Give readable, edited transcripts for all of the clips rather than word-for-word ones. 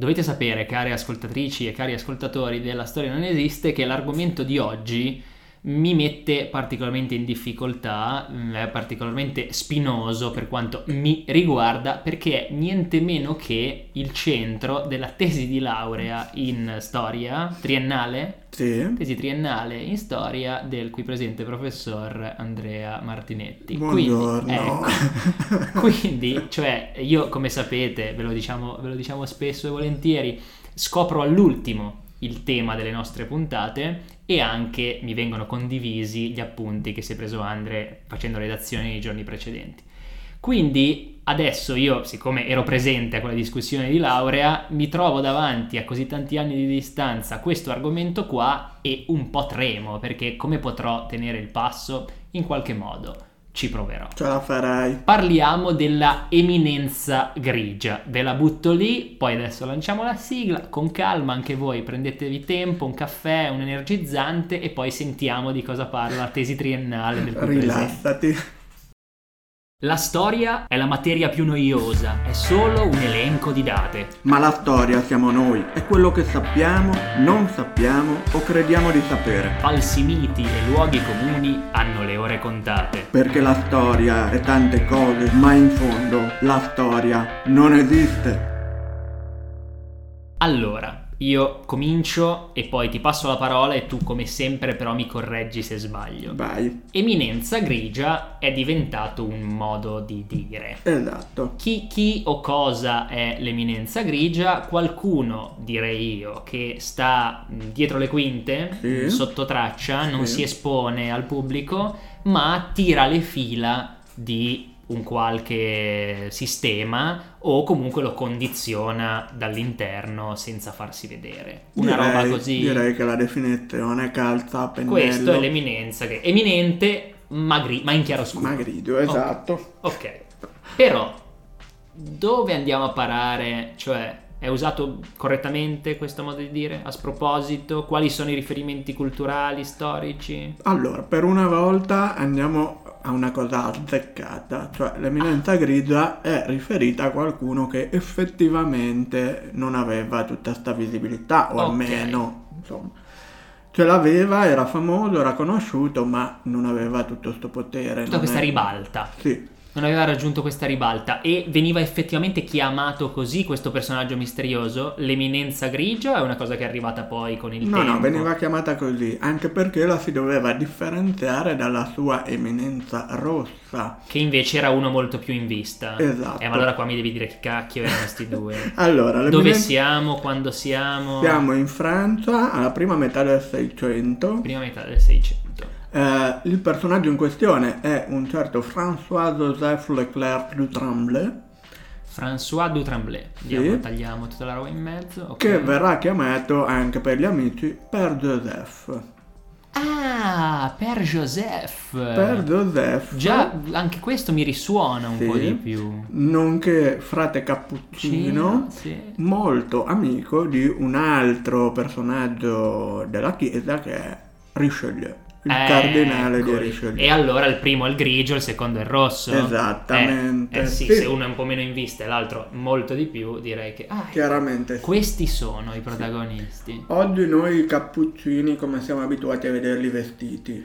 dovete sapere, care ascoltatrici e cari ascoltatori della Storia Non Esiste, che l'argomento di oggi mi mette particolarmente in difficoltà, è particolarmente spinoso per quanto mi riguarda, perché è niente meno che il centro della tesi di laurea in storia triennale, Sì. tesi triennale in storia del qui presente professor Andrea Martinetti. Buongiorno. Quindi, cioè, io, come sapete, ve lo diciamo spesso e volentieri, scopro all'ultimo il tema delle nostre puntate e anche mi vengono condivisi gli appunti che si è preso Andre facendo redazione nei giorni precedenti. Quindi adesso io, siccome ero presente a quella discussione di laurea, mi trovo davanti a così tanti anni di distanza a questo argomento qua e un po' tremo, perché come potrò tenere il passo? In qualche modo ci proverò. Ce la farai. Parliamo della eminenza grigia. Ve la butto lì, poi adesso lanciamo la sigla, con calma anche voi prendetevi tempo, un caffè, un energizzante e poi sentiamo di cosa parla la tesi triennale del presente. Rilassati. La storia è la materia più noiosa, è solo un elenco di date. Ma la storia siamo noi, è quello che sappiamo, non sappiamo o crediamo di sapere. Falsi miti e luoghi comuni hanno le ore contate. Perché la storia è tante cose, ma in fondo la storia non esiste. Allora, io comincio e poi ti passo la parola e tu come sempre però mi correggi se sbaglio. Vai. Eminenza grigia è diventato un modo di dire. Esatto. Chi o cosa è l'eminenza grigia? Qualcuno, direi io, che sta dietro le quinte, Sì. sotto traccia, non Sì. si espone al pubblico, ma tira le fila di un qualche sistema o comunque lo condiziona dall'interno senza farsi vedere. Una roba così. Direi che la definizione calza a pennello. Questo è l'eminenza, che eminente ma in chiaroscuro. Ma grigio, esatto. Ok. Però dove andiamo a parare? Cioè, è usato correttamente questo modo di dire? A sproposito? Quali sono i riferimenti culturali, storici? Allora, per una volta andiamo a una cosa azzeccata, cioè l'eminenza grigia è riferita a qualcuno che effettivamente non aveva tutta sta visibilità, o Ok. almeno, insomma, ce l'aveva, era famoso, era conosciuto, ma non aveva tutto sto potere. Tutta questa ribalta. Sì. Non aveva raggiunto questa ribalta e veniva effettivamente chiamato così questo personaggio misterioso, l'eminenza grigia, o è una cosa che è arrivata poi con il tempo? No, veniva chiamata così, anche perché la si doveva differenziare dalla sua eminenza rossa. Che invece era uno molto più in vista. Esatto. Ma allora qua mi devi dire che cacchio erano questi due. Allora, Dove siamo? Quando siamo? Siamo in Francia, alla prima metà del 600. Prima metà del 600. Il personaggio in questione è un certo François-Joseph Leclerc du Tremblay, François du Tremblay. Andiamo, tagliamo tutta la roba in mezzo. Ok. che verrà chiamato anche per gli amici Père Joseph. Ah, Père Joseph. Père Joseph. Già, anche questo mi risuona un Sì. po' di più. Nonché frate cappuccino, Sì. molto amico di un altro personaggio della chiesa che è Richelieu, il cardinale di Eccoli. Richelieu. E allora il primo è il grigio, il secondo è il rosso. Esattamente. Sì, Sì. se uno è un po' meno in vista e l'altro molto di più, direi che Chiaramente sì. questi sono i protagonisti. Oggi noi cappuccini come siamo abituati a vederli vestiti?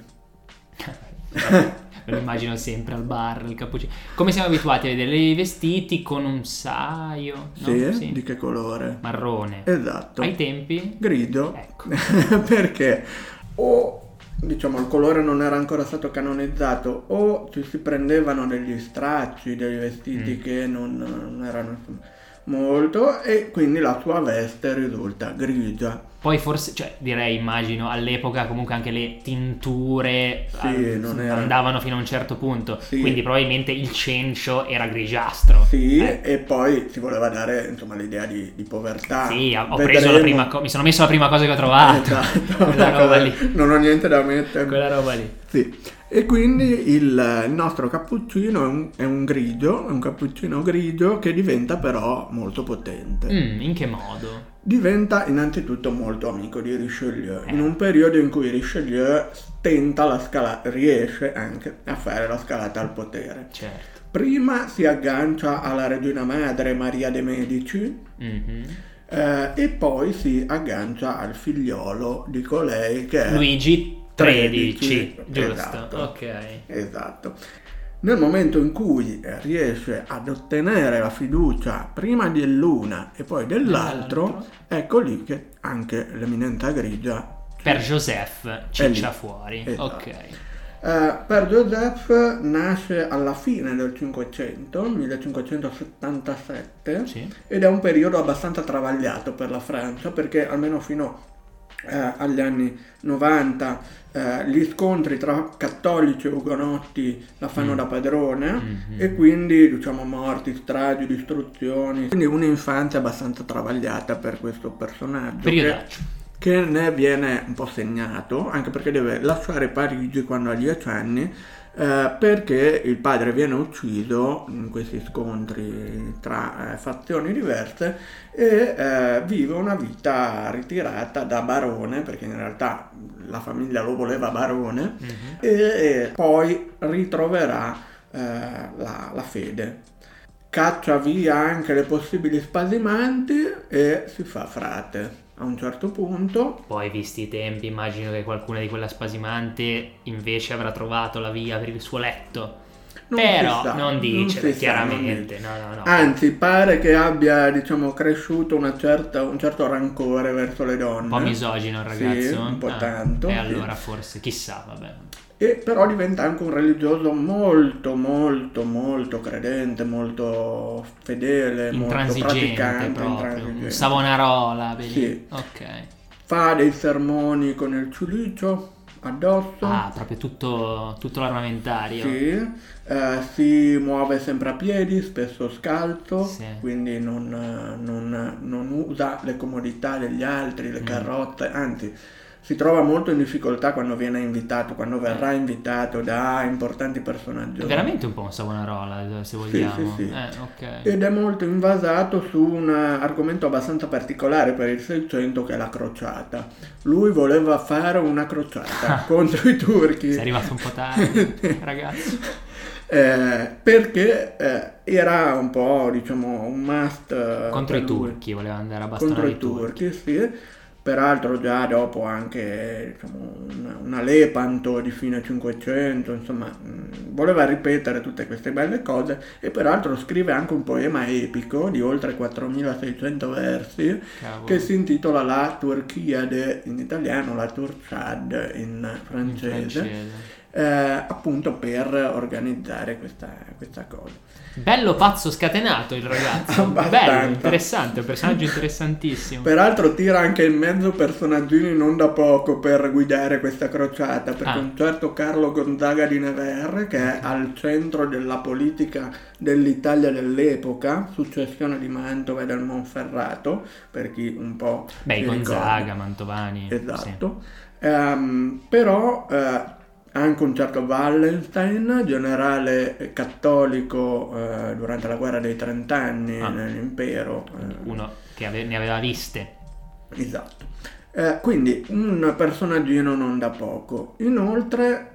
Me lo immagino sempre al bar, il cappuccino. Come siamo abituati a vederli vestiti con un saio, no? Sì? Di che colore? Marrone. Esatto. Ai tempi? Grigio. Ecco. Perché o diciamo il colore non era ancora stato canonizzato o ci si prendevano degli stracci dei vestiti che non erano molto e quindi la sua veste risulta grigia. Poi forse, cioè direi, immagino, all'epoca comunque anche le tinture non era- andavano fino a un certo punto, Sì. quindi probabilmente il cencio era grigiastro. Sì, e poi si voleva dare insomma l'idea di povertà. Sì, ho Vedremo. preso la prima mi sono messo la prima cosa che ho trovato. Esatto. Quella roba lì. Non ho niente da mettere. Quella roba lì. Sì. E quindi il nostro cappuccino è un grigio, è un cappuccino grigio che diventa però molto potente. In che modo? Diventa innanzitutto molto amico di Richelieu, in un periodo in cui Richelieu tenta la scalata, riesce anche a fare la scalata al potere. Certo. Prima si aggancia alla regina madre Maria de' Medici, Mhm. e poi si aggancia al figliolo di colei che è Luigi XIII, giusto? Esatto, Ok. esatto. Nel momento in cui riesce ad ottenere la fiducia prima dell'una e poi dell'altro, ecco lì che anche l'eminenza grigia Per Joseph ciccia fuori. Esatto. Ok. Per Joseph nasce alla fine del 500, 1577, Sì. ed è un periodo abbastanza travagliato per la Francia, perché almeno fino agli anni 90 gli scontri tra cattolici e ugonotti la fanno da padrone, e quindi diciamo morti, stragi, distruzioni, quindi un'infanzia abbastanza travagliata per questo personaggio che ne viene un po' segnato, anche perché deve lasciare Parigi quando ha 10 anni, perché il padre viene ucciso in questi scontri tra fazioni diverse, e vive una vita ritirata da barone, perché in realtà la famiglia lo voleva barone, e poi ritroverà la fede. Caccia via anche le possibili spasimanti e si fa frate. A un certo punto, Poi, visti i tempi, immagino che qualcuna di quella spasimante invece avrà trovato la via per il suo letto. Però non dice chiaramente. No. Anzi, pare che abbia, diciamo, cresciuto un certo rancore verso le donne. Un po' misogino il ragazzo. Sì, un po' tanto. E sì. allora forse, chissà, vabbè. E però diventa anche un religioso molto credente, molto fedele, molto praticante, proprio. intransigente. Un Savonarola, vedi? Sì. Ok. Fa dei sermoni con il cilicio addosso. Proprio tutto l'armamentario. Sì. Si muove sempre a piedi, spesso scalzo, Sì. quindi non usa le comodità degli altri, le carrozze, anzi si trova molto in difficoltà quando verrà invitato da importanti personaggi. È veramente un po' un Savonarola, se vogliamo. Sì. Ok. Ed è molto invasato su un argomento abbastanza particolare per il 600, che è la crociata. Lui voleva fare una crociata contro i turchi. Sei arrivato un po' tardi, ragazzi. Perché era un po', diciamo, un must Contro i per lui. turchi, voleva andare a bastonare Contro i turchi. sì. Peraltro già dopo anche, diciamo, una Lepanto di fine 500, insomma, voleva ripetere tutte queste belle cose, e peraltro scrive anche un poema epico di oltre 4600 versi. Cavolo. Che si intitola La Turchiade in italiano, La Turchade in francese. Appunto per organizzare questa cosa. Bello pazzo scatenato il ragazzo. Abbastanza. Bello, interessante, un personaggio interessantissimo. Peraltro tira anche in mezzo personaggini non da poco per guidare questa crociata, perché un certo Carlo Gonzaga di Nevers, che è al centro della politica dell'Italia dell'epoca, successione di Mantova e del Monferrato, per chi un po' Beh, si Gonzaga, ricorda. Mantovani. Esatto. Sì. Però anche un certo Wallenstein, generale cattolico durante la guerra dei 30 anni nell'impero. Uno che ne aveva viste. Esatto. Quindi un personaggino non da poco. Inoltre,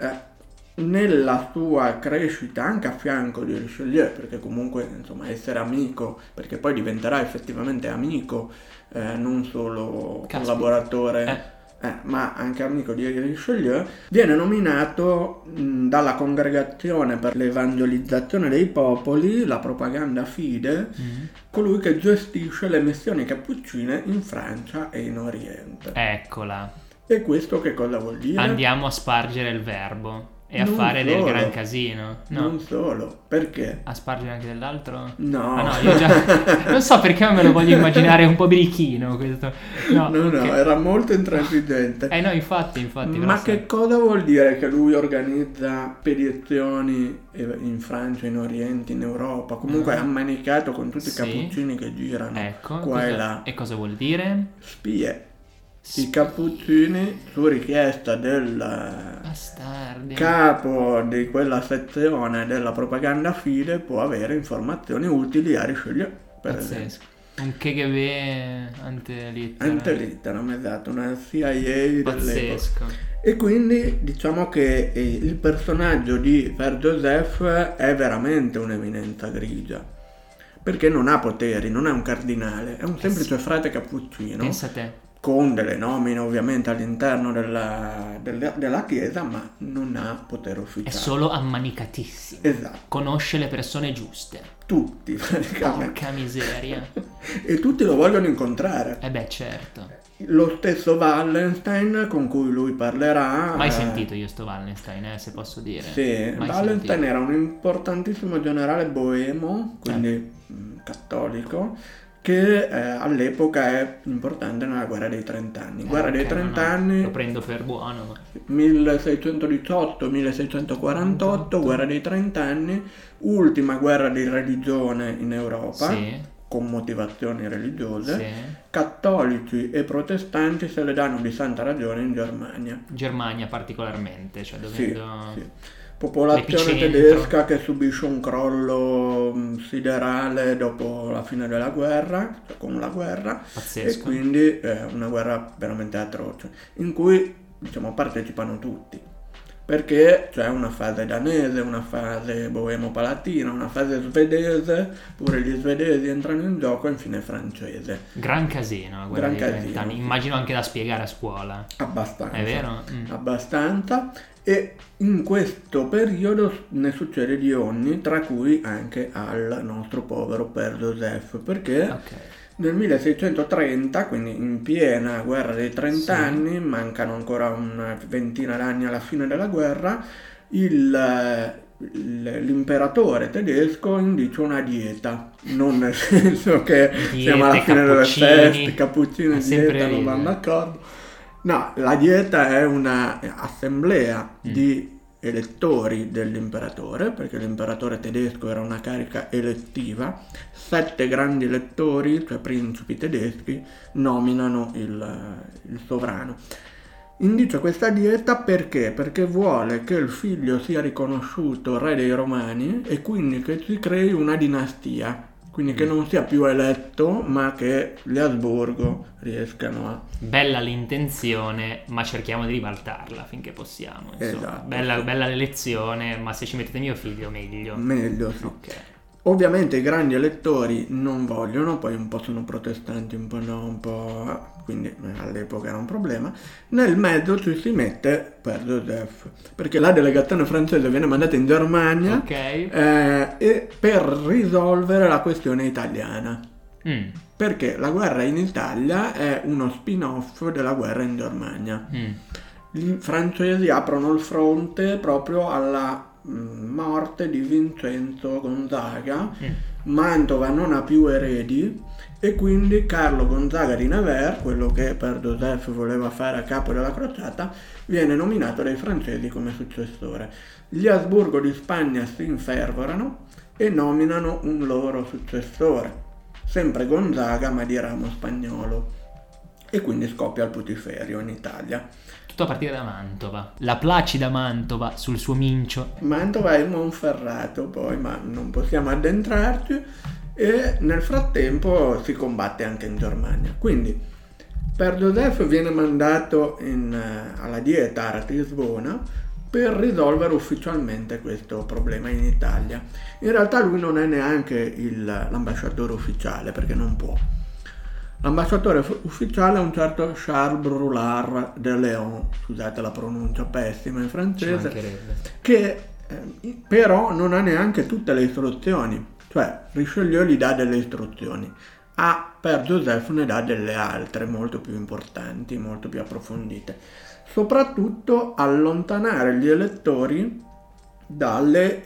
nella sua crescita anche a fianco di Richelieu, perché comunque insomma essere amico, perché poi diventerà effettivamente amico, non solo collaboratore, ma anche amico di Richelieu, viene nominato dalla Congregazione per l'Evangelizzazione dei Popoli, la Propaganda Fide, colui che gestisce le missioni cappuccine in Francia e in Oriente. Eccola. E questo che cosa vuol dire? Andiamo a spargere il verbo e a Non fare del solo. gran casino. No. Non solo, perché? A spargere anche dell'altro? No. Ah, no, io già non so perché me lo voglio immaginare un po' birichino questo. No, No, era molto intransigente. No, infatti. Ma che cosa vuol dire che lui organizza spedizioni in Francia, in Oriente, in Europa? Comunque è ammanicato con tutti i cappuccini che girano qua e là. E cosa vuol dire? Spie. I cappuccini, su richiesta del Bastardi. capo di quella sezione della propaganda fide, può avere informazioni utili a Richelieu, per esempio. Un KGB Antelitteram, esatto, una CIA dell'epoca. Pazzesco. E quindi diciamo che il personaggio di Père Joseph è veramente un'eminenza grigia, perché non ha poteri, non è un cardinale, è un semplice frate cappuccino. Pensa a te. Con delle nomine ovviamente all'interno della chiesa, ma non ha potere ufficiale. È solo ammanicatissimo. Esatto. Conosce le persone giuste. Tutti, praticamente. Porca miseria. E tutti lo vogliono incontrare. Beh, certo. Lo stesso Wallenstein con cui lui parlerà. Mai sentito io sto Wallenstein, se posso dire. Sì, Mai Wallenstein sentito. era un importantissimo generale boemo, quindi cattolico, che all'epoca è importante nella guerra dei 30 anni. Guerra dei 30 anni. Lo prendo per buono, ma... 1618-1648, guerra dei 30 anni, ultima guerra di religione in Europa. Sì. Con motivazioni religiose, Sì. cattolici e protestanti se le danno di santa ragione in Germania. Germania particolarmente, cioè Sì, dovendo... sì. Popolazione l'epicentro. tedesca che subisce un crollo siderale dopo la fine della guerra, cioè con la guerra, Pazzesco. e quindi una guerra veramente atroce, in cui diciamo partecipano tutti. Perché c'è una fase danese, una fase boemo-palatina, una fase svedese, pure gli svedesi entrano in gioco, e infine francese. Gran casino la guerra Gran dei 30 casino, anni. sì. Immagino anche da spiegare a scuola. Abbastanza. È vero? Abbastanza. E in questo periodo ne succede di ogni, tra cui anche al nostro povero Père Joseph, perché Ok. nel 1630, quindi in piena guerra dei 30 Sì. anni, mancano ancora una ventina d'anni alla fine della guerra, l'imperatore tedesco indice una dieta, non nel senso che siamo alla fine delle cappuccini. feste, cappuccini È e sempre dieta non ridere. vanno d'accordo. No, la dieta è una assemblea di elettori dell'imperatore, perché l'imperatore tedesco era una carica elettiva. 7 grandi elettori, cioè principi tedeschi, nominano il sovrano. Indice questa dieta perché? Perché vuole che il figlio sia riconosciuto re dei Romani e quindi che si crei una dinastia. Quindi che non sia più eletto, ma che gli Asburgo riescano a... Bella l'intenzione, ma cerchiamo di ribaltarla finché possiamo. Insomma. Esatto. Bella l'elezione, ma se ci mettete mio figlio, meglio. Meglio, sì. Ok. Ovviamente i grandi elettori non vogliono, poi un po' sono protestanti, un po' no, un po'... quindi all'epoca era un problema. Nel mezzo ci si mette Père Joseph, perché la delegazione francese viene mandata in Germania Ok. e per risolvere la questione italiana. Perché la guerra in Italia è uno spin-off della guerra in Germania. I francesi aprono il fronte proprio alla morte di Vincenzo Gonzaga. Mantova non ha più eredi e quindi Carlo Gonzaga di Nevers, quello che Père Joseph voleva fare a capo della crociata, viene nominato dai francesi come successore. Gli Asburgo di Spagna si infervorano e nominano un loro successore, sempre Gonzaga ma di ramo spagnolo, e quindi scoppia il putiferio in Italia. Tutto a partire da Mantova. La placida Mantova sul suo mincio. Mantova e Monferrato poi, ma non possiamo addentrarci, e nel frattempo si combatte anche in Germania. Quindi Père Joseph viene mandato alla Dieta a Ratisbona per risolvere ufficialmente questo problema in Italia. In realtà lui non è neanche l'ambasciatore ufficiale, perché non può. L'ambasciatore ufficiale è un certo Charles Brulard de Léon, scusate la pronuncia pessima in Ci francese, mancherebbe. che però non ha neanche tutte le istruzioni, cioè Richelieu gli dà delle istruzioni, a Père Joseph ne dà delle altre molto più importanti, molto più approfondite, soprattutto allontanare gli elettori dagli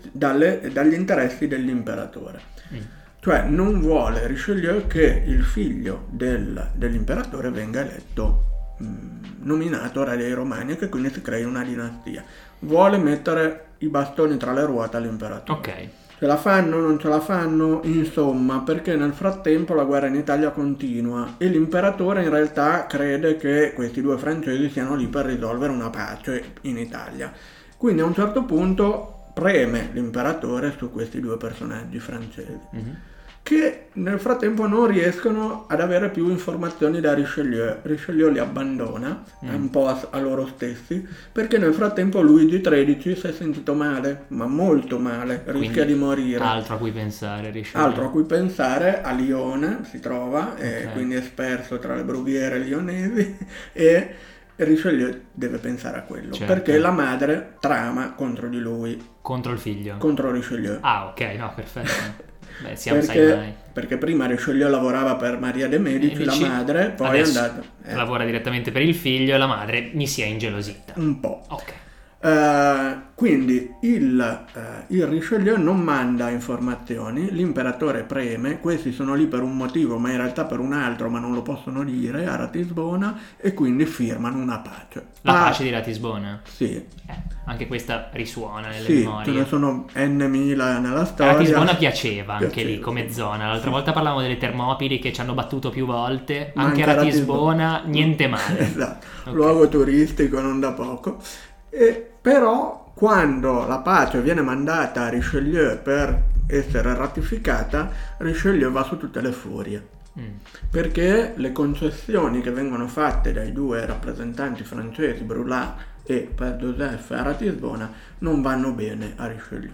interessi dell'imperatore. Cioè non vuole Richelieu che il figlio dell'imperatore venga eletto, nominato re dei Romani, e che quindi si crei una dinastia. Vuole mettere i bastoni tra le ruote all'imperatore. Ok. Ce la fanno, non ce la fanno? Insomma, perché nel frattempo la guerra in Italia continua e l'imperatore in realtà crede che questi due francesi siano lì per risolvere una pace in Italia. Quindi a un certo punto preme l'imperatore su questi due personaggi francesi. che nel frattempo non riescono ad avere più informazioni da Richelieu. Richelieu li abbandona un po' a loro stessi, perché nel frattempo Luigi XIII si è sentito male, ma molto male, rischia di morire. Altro a cui pensare, Richelieu. Altro a cui pensare, a Lione si trova, e quindi è sperso tra le brughiere lionesi, e Richelieu deve pensare a quello, certo, perché la madre trama contro di lui. Contro il figlio? Contro Richelieu. Ah, ok, no, perfetto. Beh, sai mai. Perché prima Richelieu lavorava per Maria de' Medici, la madre, poi è andata... lavora direttamente per il figlio e la madre mi si è ingelosita. Un po'. Ok. Quindi il Richelieu non manda informazioni, l'imperatore preme, questi sono lì per un motivo ma in realtà per un altro, ma non lo possono dire, a Ratisbona, e quindi firmano una pace. La pace di Ratisbona? Sì. Anche questa risuona nelle memorie. Sì, ce ne sono N.000 nella storia. Ratisbona piaceva anche lì come zona. L'altra volta parlavamo delle Termopili che ci hanno battuto più volte. Anche Ratisbona, niente male. Esatto, okay. Luogo turistico non da poco. Però quando la pace viene mandata a Richelieu per essere ratificata, Richelieu va su tutte le furie. Perché le concessioni che vengono fatte dai due rappresentanti francesi, Brulart e Père Joseph a Ratisbona, non vanno bene a Richelieu.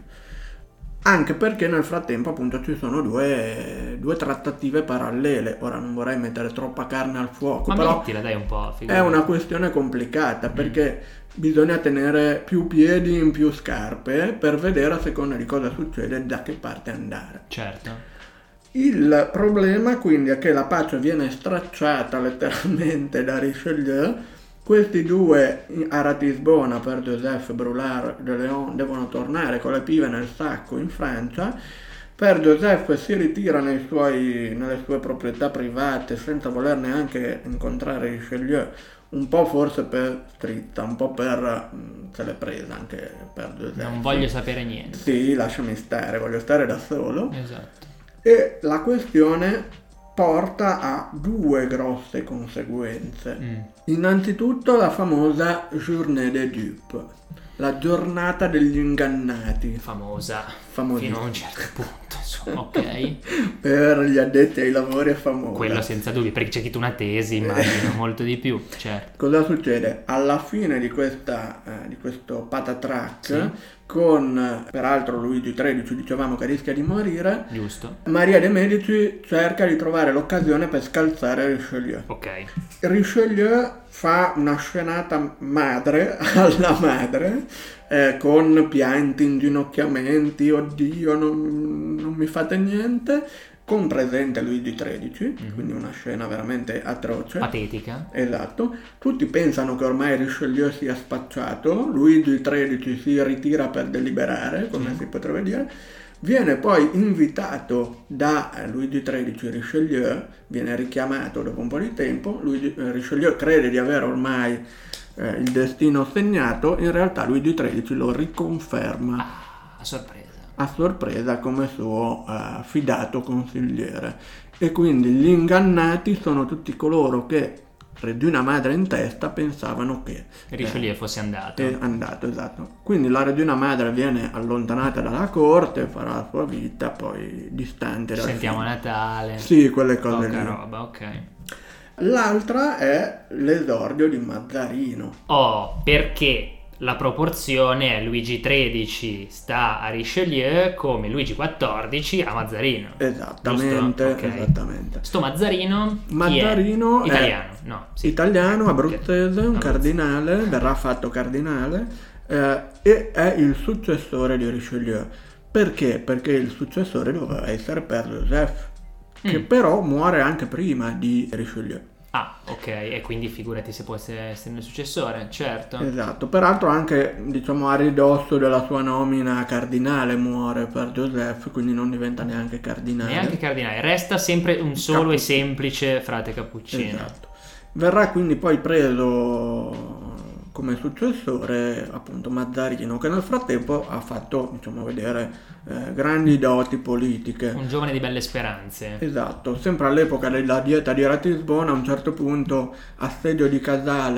Anche perché nel frattempo appunto ci sono due trattative parallele. Ora non vorrei mettere troppa carne al fuoco, ma però mettila, dai, un po', è una questione complicata, perché bisogna tenere più piedi in più scarpe per vedere a seconda di cosa succede da che parte andare. Certo. Il problema quindi è che la pace viene stracciata letteralmente da Richelieu. Questi due a Ratisbona, per Joseph, Brulart, de Léon, devono tornare con le pive nel sacco in Francia. Per Joseph si ritira nelle sue proprietà private senza voler neanche incontrare Richelieu, un po' forse per strizza, un po' per se l'è presa anche per Joseph. Non voglio sapere niente. Sì, lasciami stare, voglio stare da solo. Esatto. E la questione porta a due grosse conseguenze. Innanzitutto la famosa Journée des Dupes, la giornata degli ingannati. Famosa fino a un certo punto, insomma, ok. Per gli addetti ai lavori è famosa. Quello senza dubbio, perché c'è scritto una tesi, immagino, molto di più, certo. Cosa succede? Alla fine di questo patatrac, con peraltro Luigi XIII, dicevamo che rischia di morire, giusto, Maria de' Medici cerca di trovare l'occasione per scalzare Richelieu. Ok. Richelieu fa una scenata madre alla madre, con pianti, inginocchiamenti, oddio non mi fate niente, con presente Luigi XIII, quindi una scena veramente atroce. Patetica. Esatto. Tutti pensano che ormai Richelieu sia spacciato, Luigi XIII si ritira per deliberare, come si potrebbe dire. Viene poi invitato da Luigi XIII Richelieu, viene richiamato dopo un po' di tempo, Richelieu crede di avere ormai il destino segnato, in realtà Luigi XIII lo riconferma a sorpresa come suo fidato consigliere, e quindi gli ingannati sono tutti coloro che, regina madre in testa, pensavano che Richelieu fosse andato. È andato, esatto. Quindi la regina madre viene allontanata dalla corte, farà la sua vita, poi distante. Ci sentiamo a Natale. Sì, quelle cose lì. Poca roba, ok. L'altra è l'esordio di Mazzarino. Perché la proporzione è Luigi XIII sta a Richelieu come Luigi XIV a Mazzarino. Esattamente, okay. Esattamente. Sto Mazzarino è italiano. No, sì. Italiano, abruzzese, un cardinale, verrà fatto cardinale, e è il successore di Richelieu. Perché? Perché il successore doveva essere Père Joseph, che però muore anche prima di Richelieu. Ah, ok, e quindi figurati se può essere il successore, certo. Esatto, peraltro anche, diciamo, a ridosso della sua nomina a cardinale muore per Joseph, quindi non diventa neanche cardinale. Resta sempre un solo e semplice frate cappuccino. Esatto. Verrà quindi poi preso come successore appunto Mazzarino, che nel frattempo ha fatto, diciamo, vedere grandi doti politiche. Un giovane di belle speranze. Esatto, sempre all'epoca della dieta di Ratisbona, a un certo punto, assedio di Casale,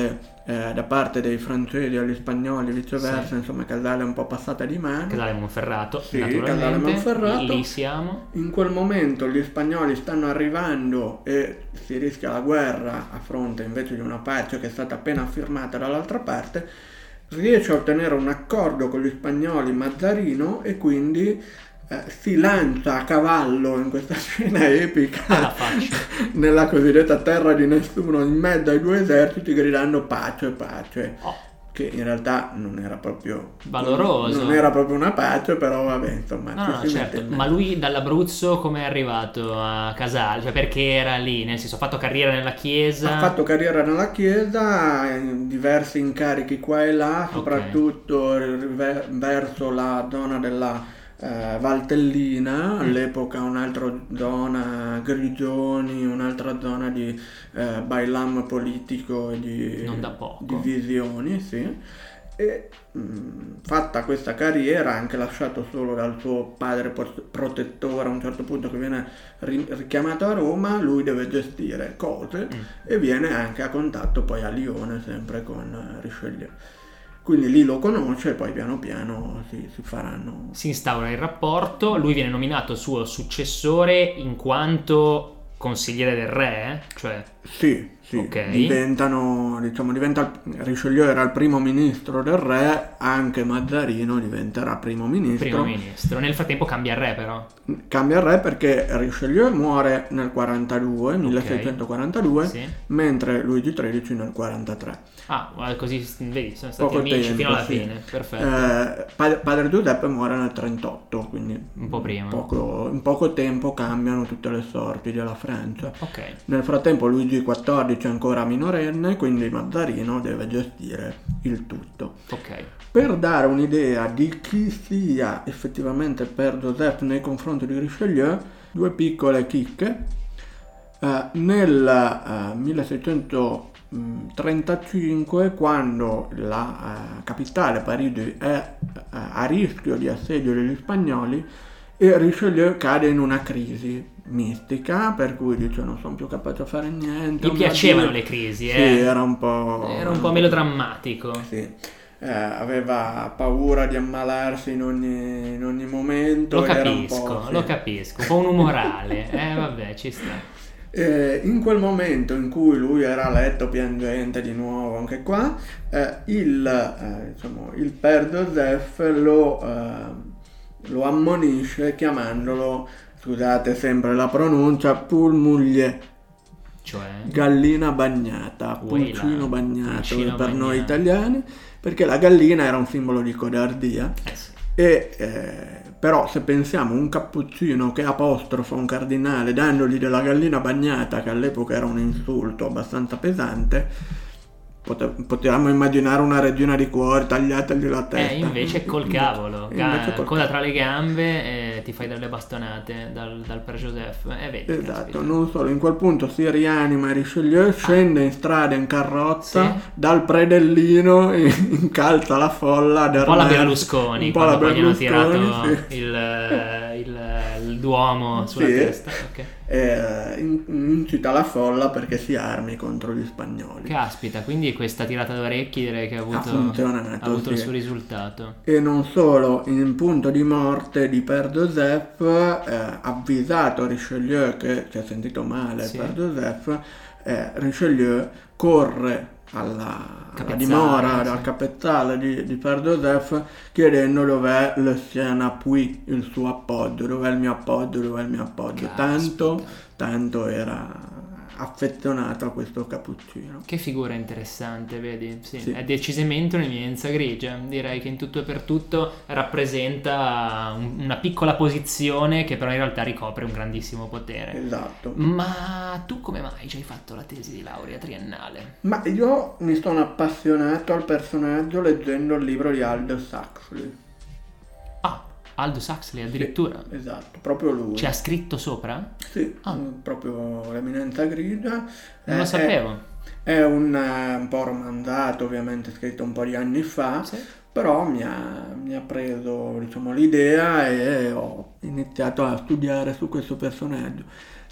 da parte dei francesi agli spagnoli, viceversa, Sì. insomma Casale è un po' passata di mano. Casale Monferrato, Sì, naturalmente. Casale Monferrato. Lì siamo. In quel momento gli spagnoli stanno arrivando e si rischia la guerra a fronte invece di una pace che è stata appena firmata dall'altra parte. Riesce a ottenere un accordo con gli spagnoli Mazzarino e quindi si lancia a cavallo in questa scena epica Alla faccia. nella cosiddetta terra di nessuno, in mezzo ai due eserciti, gridando pace, pace. Oh, Che in realtà non era proprio valoroso. non era proprio una pace, però vabbè, insomma, No, ci no, si certo. mette in Ma mezzo. lui dall'Abruzzo come è arrivato a Casale? Cioè perché era lì? Nel senso, ha fatto carriera nella chiesa? Ha fatto carriera nella chiesa, diversi incarichi qua e là, soprattutto verso la zona della Valtellina, all'epoca un'altra zona Grigioni, un'altra zona di bailam politico e di Non da poco. divisioni, sì. E fatta questa carriera, anche lasciato solo dal suo padre protettore a un certo punto, che viene richiamato a Roma, lui deve gestire cose e viene anche a contatto poi a Lione sempre con Richelieu. Quindi lì lo conosce e poi piano piano si faranno. Si instaura il rapporto, lui viene nominato suo successore in quanto consigliere del re, cioè... Sì, Ok. diventa Richelieu era il primo ministro del re, anche Mazzarino diventerà primo ministro. Primo ministro. Nel frattempo cambia re però. Cambia il re perché Richelieu muore nel 42, 1642, Sì. mentre Luigi XIII nel 43. Ah, così vedi, sono stati Poco amici tempo, fino alla sì. fine, perfetto. Padre Giuseppe muore nel 38, quindi Un po' prima. in poco tempo cambiano tutte le sorti della Francia. Ok. Nel frattempo Luigi XIV è ancora minorenne, quindi Mazzarino deve gestire il tutto. Ok. Per dare un'idea di chi sia effettivamente Père Joseph nei confronti di Richelieu, due piccole chicche. Nel 1635, quando la capitale, Parigi, è a rischio di assedio degli spagnoli, e Richelieu cade in una crisi mistica, per cui dice non sono più capace a fare niente. Gli piacevano le crisi, Sì, era un Era un po' melodrammatico. Sì. Aveva paura di ammalarsi in ogni momento. Lo era un capisco, po', sì. lo capisco. Un po' un umorale. Vabbè, ci sta. In quel momento in cui lui era a letto piangente di nuovo anche qua, il Père Joseph lo ammonisce chiamandolo, scusate sempre la pronuncia, Poule Cioè... gallina bagnata, Uela, pulcino bagnato pulcino per noi bagnato. italiani, perché la gallina era un simbolo di codardia. Sì. Però se pensiamo un cappuccino che apostrofa un cardinale dandogli della gallina bagnata, che all'epoca era un insulto abbastanza pesante, potevamo immaginare una regina di cuore, tagliatagli la testa. Invece col cavolo, Invece col coda tra le gambe, ti fai delle bastonate dal Père Joseph. Vedi, Esatto, caspita. non solo, in quel punto si rianima Richelieu, scende in strada in carrozza, Sì. dal predellino incalza la folla. Un po' la Berlusconi, un po' quando la poi gli hanno Berlusconi, tirato sì. il Duomo sulla Sì. testa. Ok. Incita la folla perché si armi contro gli spagnoli. Caspita, quindi questa tirata d'orecchi direi che ha funzionato, avuto il sì. suo risultato. E non solo, in punto di morte di Père Joseph, avvisato Richelieu che si è sentito male, Sì. Père Joseph, Richelieu corre alla Capezzale, dimora, sì. al capezzale di Père Joseph, chiedendo dov'è le sien appui, il suo appoggio, dov'è il mio appoggio, dov'è il mio appoggio. Caspita. Tanto era affezionato a questo cappuccino. Che figura interessante, vedi? Sì, Sì. è decisamente un'eminenza grigia. Direi che in tutto e per tutto rappresenta una piccola posizione che però in realtà ricopre un grandissimo potere. Esatto. Ma tu come mai ci hai fatto la tesi di laurea triennale? Ma io mi sono appassionato al personaggio leggendo il libro di Aldous Huxley. Ah, Aldous Huxley addirittura. Esatto, proprio lui. Ci ha scritto sopra? Sì, Ah. proprio l'eminenza grigia. Non lo sapevo. È un po' romanzato, ovviamente scritto un po' di anni fa, Sì. però mi ha preso, diciamo, l'idea e ho iniziato a studiare su questo personaggio.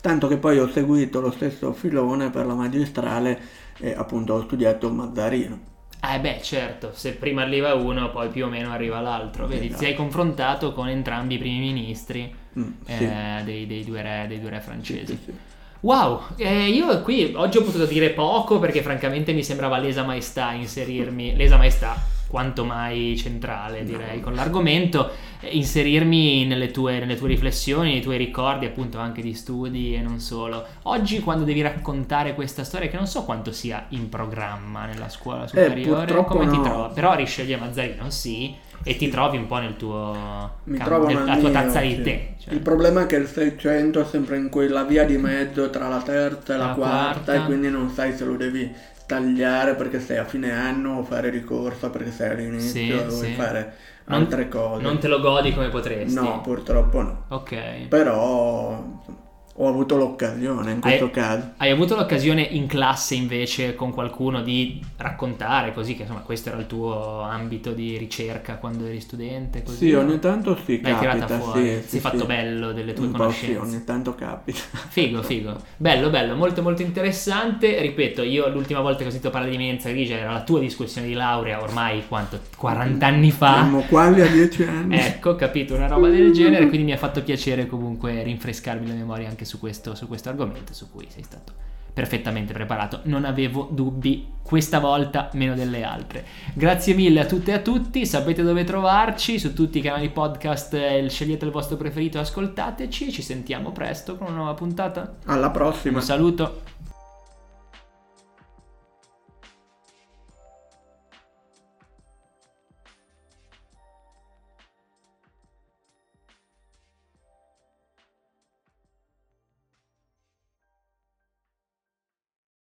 tanto che poi ho seguito lo stesso filone per la magistrale e appunto ho studiato Mazzarino. Beh, certo, se prima arriva uno, poi più o meno arriva l'altro. Vedi, Esatto. ti sei confrontato con entrambi i primi ministri Sì. dei due re francesi. Sì, sì. Wow, io qui oggi ho potuto dire poco perché francamente mi sembrava lesa maestà inserirmi, lesa maestà quanto mai centrale direi con l'argomento, inserirmi nelle tue riflessioni, nei tuoi ricordi appunto anche di studi e non solo. Oggi quando devi raccontare questa storia che non so quanto sia in programma nella scuola superiore, purtroppo come ti no. trovi? Però risceglie Mazzarino sì, e ti trovi un po' nel tuo Mi trovo nel la tua mio, tazza di sì. tè. Cioè. Il problema è che il 600 è sempre in quella via di mezzo tra la terza e la quarta e quindi non sai se lo devi tagliare perché sei a fine anno o fare ricorso perché sei all'inizio e vuoi fare altre cose. Non te lo godi come potresti? No, purtroppo no. Ok. Però insomma, ho avuto l'occasione in questo caso. Hai avuto l'occasione in classe invece con qualcuno di raccontare così che insomma questo era il tuo ambito di ricerca quando eri studente? Così, Sì, ogni tanto sì, l'hai tirata capita. fuori, Sì, sei fatto bello delle tue un po' conoscenze. sì, ogni tanto capita. Figo. Bello, molto molto interessante. Ripeto, io l'ultima volta che ho sentito parlare di eminenza grigia era la tua discussione di laurea ormai quanto? 40 anni fa. Siamo quasi a 10 anni. Ecco, capito, una roba del genere, quindi mi ha fatto piacere comunque rinfrescarmi la memoria anche su questo argomento su cui sei stato perfettamente preparato. Non avevo dubbi questa volta meno delle altre. Grazie mille a tutte e a tutti, sapete dove trovarci, su tutti i canali podcast, scegliete il vostro preferito e ascoltateci, ci sentiamo presto con una nuova puntata. Alla prossima. Un saluto.